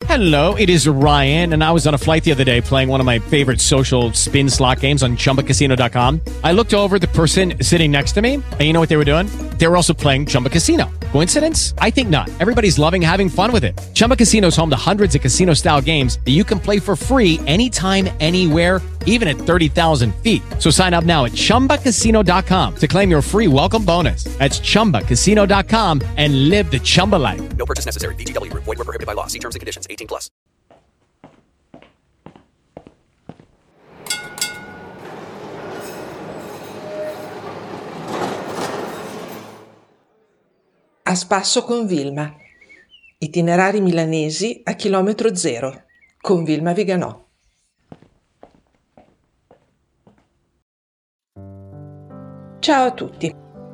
Hello, it is Ryan, and I was on a flight the other day playing one of my favorite social spin slot games on ChumbaCasino.com. I looked over at the person sitting next to me, and you know what they were doing? They were also playing Chumba Casino. Coincidence? I think not. Everybody's loving having fun with it. Chumba Casino is home to hundreds of casino-style games that you can play for free anytime, anywhere, even at 30,000 feet. So sign up now at ChumbaCasino.com to claim your free welcome bonus. That's ChumbaCasino.com and live the Chumba life. No purchase necessary. VGW. Void where prohibited by law. See terms and conditions. 18+. A spasso con Vilma. Itinerari milanesi a chilometro zero con Vilma Viganò. Ciao a tutti.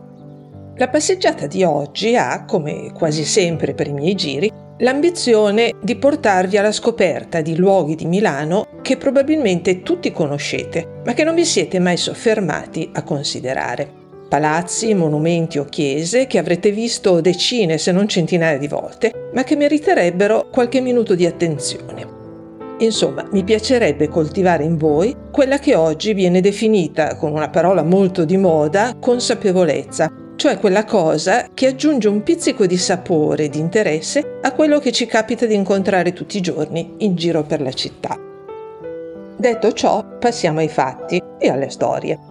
La passeggiata di oggi ha, come quasi sempre per i miei giri, l'ambizione di portarvi alla scoperta di luoghi di Milano che probabilmente tutti conoscete, ma che non vi siete mai soffermati a considerare. Palazzi, monumenti o chiese che avrete visto decine se non centinaia di volte, ma che meriterebbero qualche minuto di attenzione. Insomma, mi piacerebbe coltivare in voi quella che oggi viene definita, con una parola molto di moda, consapevolezza, cioè quella cosa che aggiunge un pizzico di sapore e di interesse a quello che ci capita di incontrare tutti i giorni in giro per la città. Detto ciò, passiamo ai fatti e alle storie.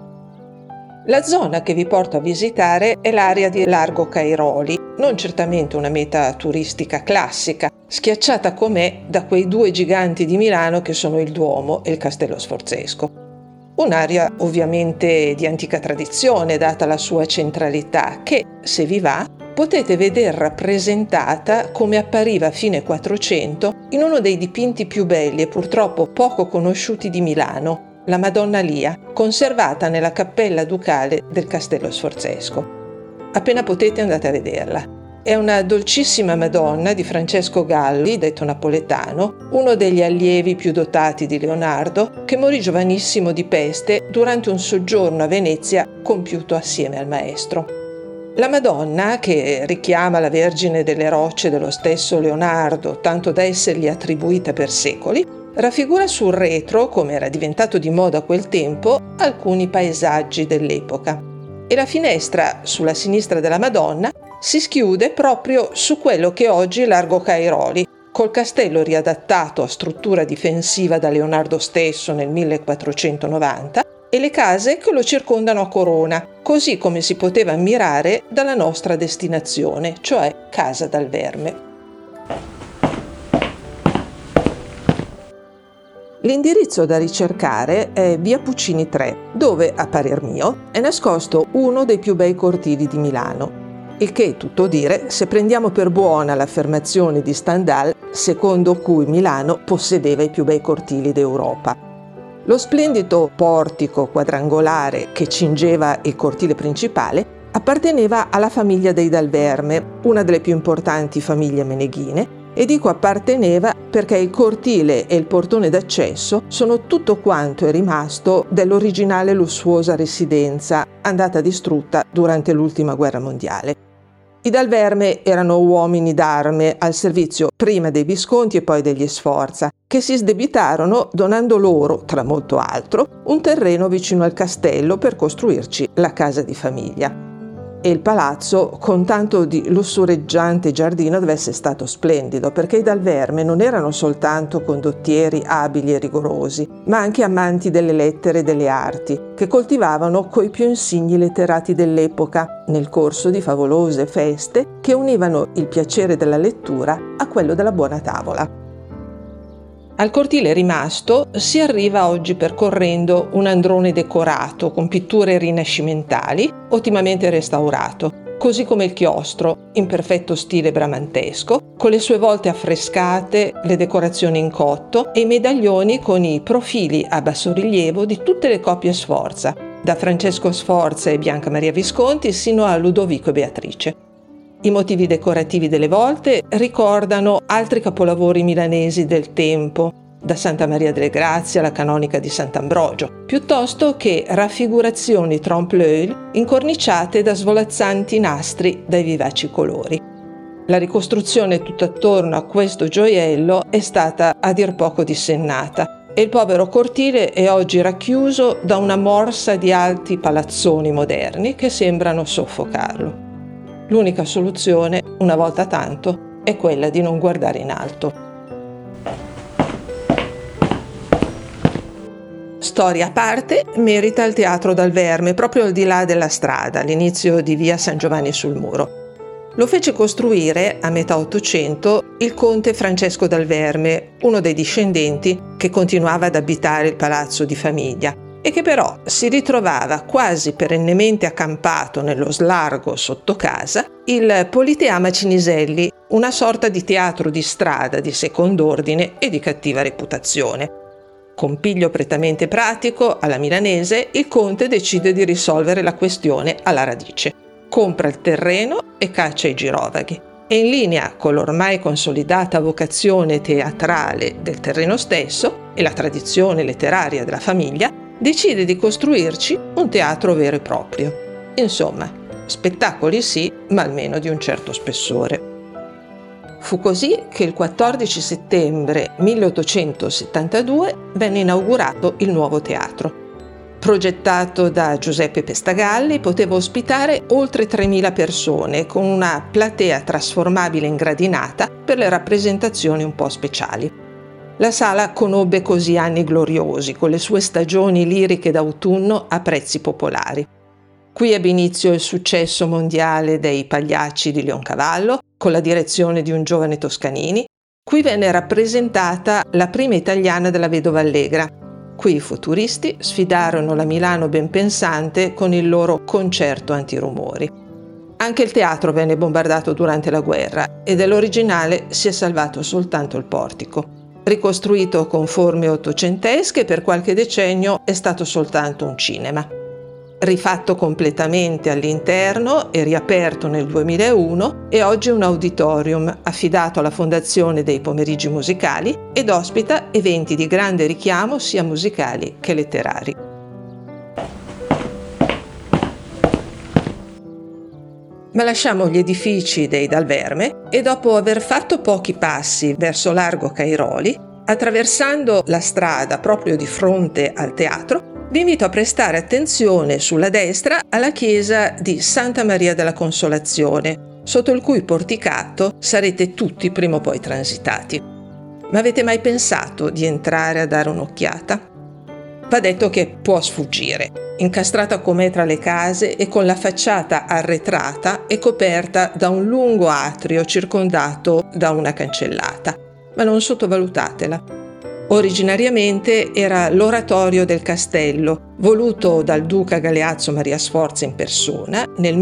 La zona che vi porto a visitare è l'area di Largo Cairoli, non certamente una meta turistica classica, schiacciata com'è da quei due giganti di Milano che sono il Duomo e il Castello Sforzesco. Un'area ovviamente di antica tradizione, data la sua centralità, che, se vi va, potete veder rappresentata come appariva a fine 400 in uno dei dipinti più belli e purtroppo poco conosciuti di Milano, la Madonna Lia, conservata nella cappella ducale del Castello Sforzesco. Appena potete andate a vederla. È una dolcissima Madonna di Francesco Galli, detto napoletano, uno degli allievi più dotati di Leonardo, che morì giovanissimo di peste durante un soggiorno a Venezia compiuto assieme al maestro. La Madonna, che richiama la Vergine delle Rocce dello stesso Leonardo, tanto da essergli attribuita per secoli, raffigura sul retro, come era diventato di moda a quel tempo, alcuni paesaggi dell'epoca. E la finestra sulla sinistra della Madonna si schiude proprio su quello che oggi è Largo Cairoli, col castello riadattato a struttura difensiva da Leonardo stesso nel 1490 e le case che lo circondano a corona, così come si poteva ammirare dalla nostra destinazione, cioè Casa dal Verme. L'indirizzo da ricercare è via Puccini 3, dove, a parer mio, è nascosto uno dei più bei cortili di Milano. Il che è tutto dire se prendiamo per buona l'affermazione di Stendhal, secondo cui Milano possedeva i più bei cortili d'Europa. Lo splendido portico quadrangolare che cingeva il cortile principale apparteneva alla famiglia dei Dal Verme, una delle più importanti famiglie meneghine, e dico apparteneva perché il cortile e il portone d'accesso sono tutto quanto è rimasto dell'originale lussuosa residenza andata distrutta durante l'ultima guerra mondiale. I Dal Verme erano uomini d'arme al servizio prima dei Visconti e poi degli Sforza, che si sdebitarono donando loro, tra molto altro, un terreno vicino al castello per costruirci la casa di famiglia. E il palazzo, con tanto di lussureggiante giardino, deve essere stato splendido, perché i Dal Verme non erano soltanto condottieri abili e rigorosi, ma anche amanti delle lettere e delle arti, che coltivavano coi più insigni letterati dell'epoca, nel corso di favolose feste che univano il piacere della lettura a quello della buona tavola. Al cortile rimasto si arriva oggi percorrendo un androne decorato con pitture rinascimentali, ottimamente restaurato, così come il chiostro, in perfetto stile bramantesco, con le sue volte affrescate, le decorazioni in cotto e i medaglioni con i profili a bassorilievo di tutte le coppie Sforza, da Francesco Sforza e Bianca Maria Visconti sino a Ludovico e Beatrice. I motivi decorativi delle volte ricordano altri capolavori milanesi del tempo, da Santa Maria delle Grazie alla canonica di Sant'Ambrogio, piuttosto che raffigurazioni trompe-l'œil incorniciate da svolazzanti nastri dai vivaci colori. La ricostruzione tutt'attorno a questo gioiello è stata a dir poco dissennata e il povero cortile è oggi racchiuso da una morsa di alti palazzoni moderni che sembrano soffocarlo. L'unica soluzione, una volta tanto, è quella di non guardare in alto. Storia a parte, merita il Teatro dal Verme, proprio al di là della strada, all'inizio di via San Giovanni sul Muro. Lo fece costruire, a metà Ottocento, il conte Francesco dal Verme, uno dei discendenti che continuava ad abitare il palazzo di famiglia e che però si ritrovava quasi perennemente accampato nello slargo sotto casa il Politeama Ciniselli, una sorta di teatro di strada di second'ordine e di cattiva reputazione. Con piglio prettamente pratico, alla milanese, il conte decide di risolvere la questione alla radice. Compra il terreno e caccia i girovaghi. E in linea con l'ormai consolidata vocazione teatrale del terreno stesso e la tradizione letteraria della famiglia, decide di costruirci un teatro vero e proprio. Insomma, spettacoli sì, ma almeno di un certo spessore. Fu così che il 14 settembre 1872 venne inaugurato il nuovo teatro. Progettato da Giuseppe Pestagalli, poteva ospitare oltre 3.000 persone con una platea trasformabile in gradinata per le rappresentazioni un po' speciali. La sala conobbe così anni gloriosi, con le sue stagioni liriche d'autunno a prezzi popolari. Qui ebbe inizio il successo mondiale dei Pagliacci di Leoncavallo, con la direzione di un giovane Toscanini. Qui venne rappresentata la prima italiana della Vedova Allegra. Qui i futuristi sfidarono la Milano ben pensante con il loro concerto antirumori. Anche il teatro venne bombardato durante la guerra e dell'originale si è salvato soltanto il portico. Ricostruito con forme ottocentesche, per qualche decennio è stato soltanto un cinema. Rifatto completamente all'interno e riaperto nel 2001, è oggi un auditorium affidato alla Fondazione dei Pomeriggi Musicali ed ospita eventi di grande richiamo sia musicali che letterari. Ma lasciamo gli edifici dei Dal Verme e dopo aver fatto pochi passi verso Largo Cairoli, attraversando la strada proprio di fronte al teatro, vi invito a prestare attenzione sulla destra alla chiesa di Santa Maria della Consolazione, sotto il cui porticato sarete tutti prima o poi transitati. Ma avete mai pensato di entrare a dare un'occhiata? Va detto che può sfuggire, incastrata com'è tra le case e con la facciata arretrata e coperta da un lungo atrio circondato da una cancellata, ma non sottovalutatela. Originariamente era l'oratorio del castello, voluto dal duca Galeazzo Maria Sforza in persona nel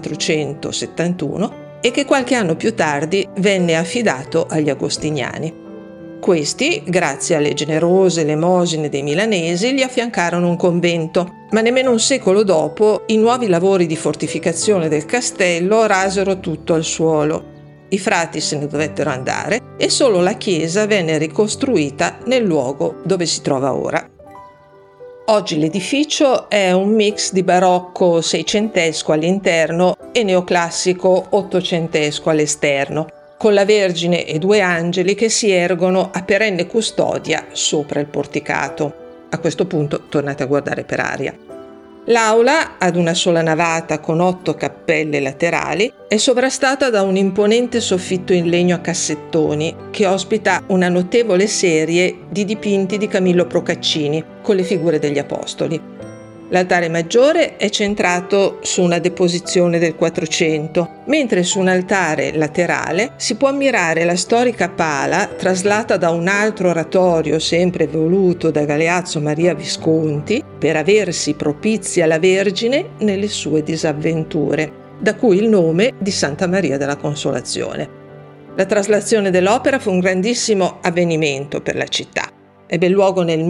1471 e che qualche anno più tardi venne affidato agli agostiniani. Questi, grazie alle generose elemosine dei milanesi, gli affiancarono un convento, ma nemmeno un secolo dopo i nuovi lavori di fortificazione del castello rasero tutto al suolo. I frati se ne dovettero andare e solo la chiesa venne ricostruita nel luogo dove si trova ora. Oggi l'edificio è un mix di barocco seicentesco all'interno e neoclassico ottocentesco all'esterno, con la Vergine e due angeli che si ergono a perenne custodia sopra il porticato. A questo punto tornate a guardare per aria. L'aula, ad una sola navata con 8 cappelle laterali, è sovrastata da un imponente soffitto in legno a cassettoni che ospita una notevole serie di dipinti di Camillo Procaccini con le figure degli apostoli. L'altare maggiore è centrato su una deposizione del 400, mentre su un altare laterale si può ammirare la storica pala traslata da un altro oratorio sempre voluto da Galeazzo Maria Visconti per aversi propizia la Vergine nelle sue disavventure, da cui il nome di Santa Maria della Consolazione. La traslazione dell'opera fu un grandissimo avvenimento per la città. Ebbe luogo nel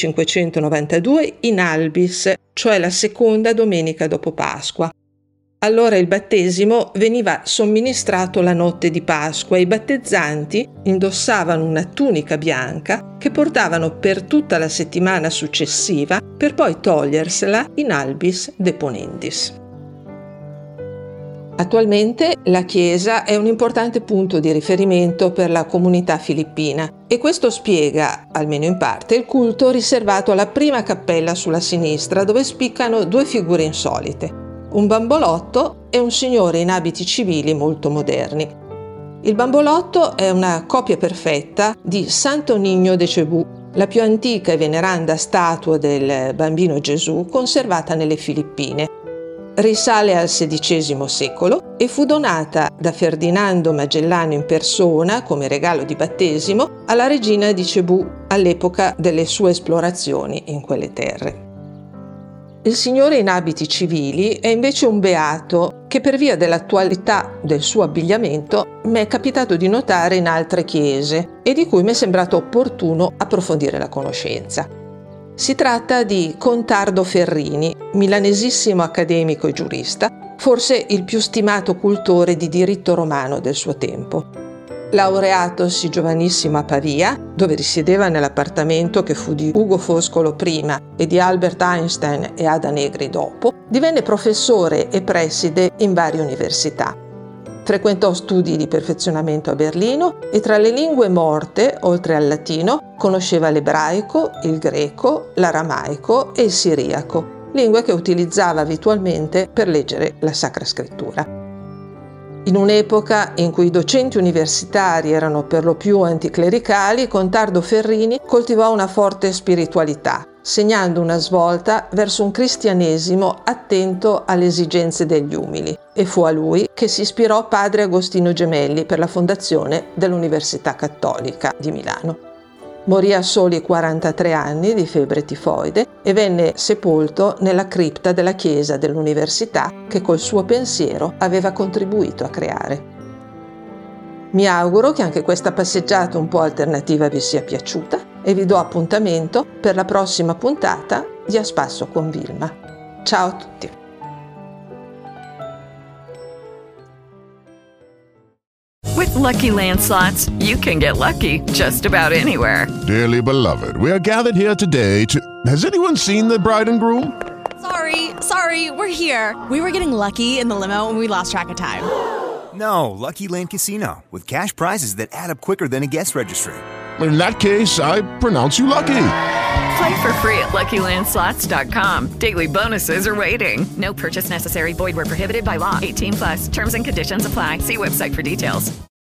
1592 in Albis, cioè la seconda domenica dopo Pasqua. Allora il battesimo veniva somministrato la notte di Pasqua e i battezzanti indossavano una tunica bianca che portavano per tutta la settimana successiva per poi togliersela in albis deponendis. Attualmente la chiesa è un importante punto di riferimento per la comunità filippina e questo spiega, almeno in parte, il culto riservato alla prima cappella sulla sinistra, dove spiccano due figure insolite, un bambolotto e un signore in abiti civili molto moderni. Il bambolotto è una copia perfetta di Santo Niño de Cebú, la più antica e veneranda statua del bambino Gesù conservata nelle Filippine. Risale al XVI secolo e fu donata da Ferdinando Magellano in persona come regalo di battesimo alla regina di Cebú all'epoca delle sue esplorazioni in quelle terre. Il signore in abiti civili è invece un beato che per via dell'attualità del suo abbigliamento mi è capitato di notare in altre chiese e di cui mi è sembrato opportuno approfondire la conoscenza. Si tratta di Contardo Ferrini, milanesissimo accademico e giurista, forse il più stimato cultore di diritto romano del suo tempo. Laureatosi giovanissimo a Pavia, dove risiedeva nell'appartamento che fu di Ugo Foscolo prima e di Albert Einstein e Ada Negri dopo, divenne professore e preside in varie università. Frequentò studi di perfezionamento a Berlino e tra le lingue morte, oltre al latino, conosceva l'ebraico, il greco, l'aramaico e il siriaco, lingue che utilizzava abitualmente per leggere la Sacra Scrittura. In un'epoca in cui i docenti universitari erano per lo più anticlericali, Contardo Ferrini coltivò una forte spiritualità, segnando una svolta verso un cristianesimo attento alle esigenze degli umili, e fu a lui che si ispirò padre Agostino Gemelli per la fondazione dell'Università Cattolica di Milano. Morì a soli 43 anni di febbre tifoide e venne sepolto nella cripta della chiesa dell'università che col suo pensiero aveva contribuito a creare. Mi auguro che anche questa passeggiata un po' alternativa vi sia piaciuta e vi do appuntamento per la prossima puntata di A Spasso con Vilma. Ciao a tutti! With Lucky Land Slots, you can get lucky just about anywhere. Dearly beloved, we are gathered here today to... Has anyone seen the bride and groom? Sorry, we're here. We were getting lucky in the limo and we lost track of time. No, Lucky Land Casino, with cash prizes that add up quicker than a guest registry. In that case, I pronounce you lucky. Play for free at LuckyLandSlots.com. Daily bonuses are waiting. No purchase necessary. Void where prohibited by law. 18+. Terms and conditions apply. See website for details.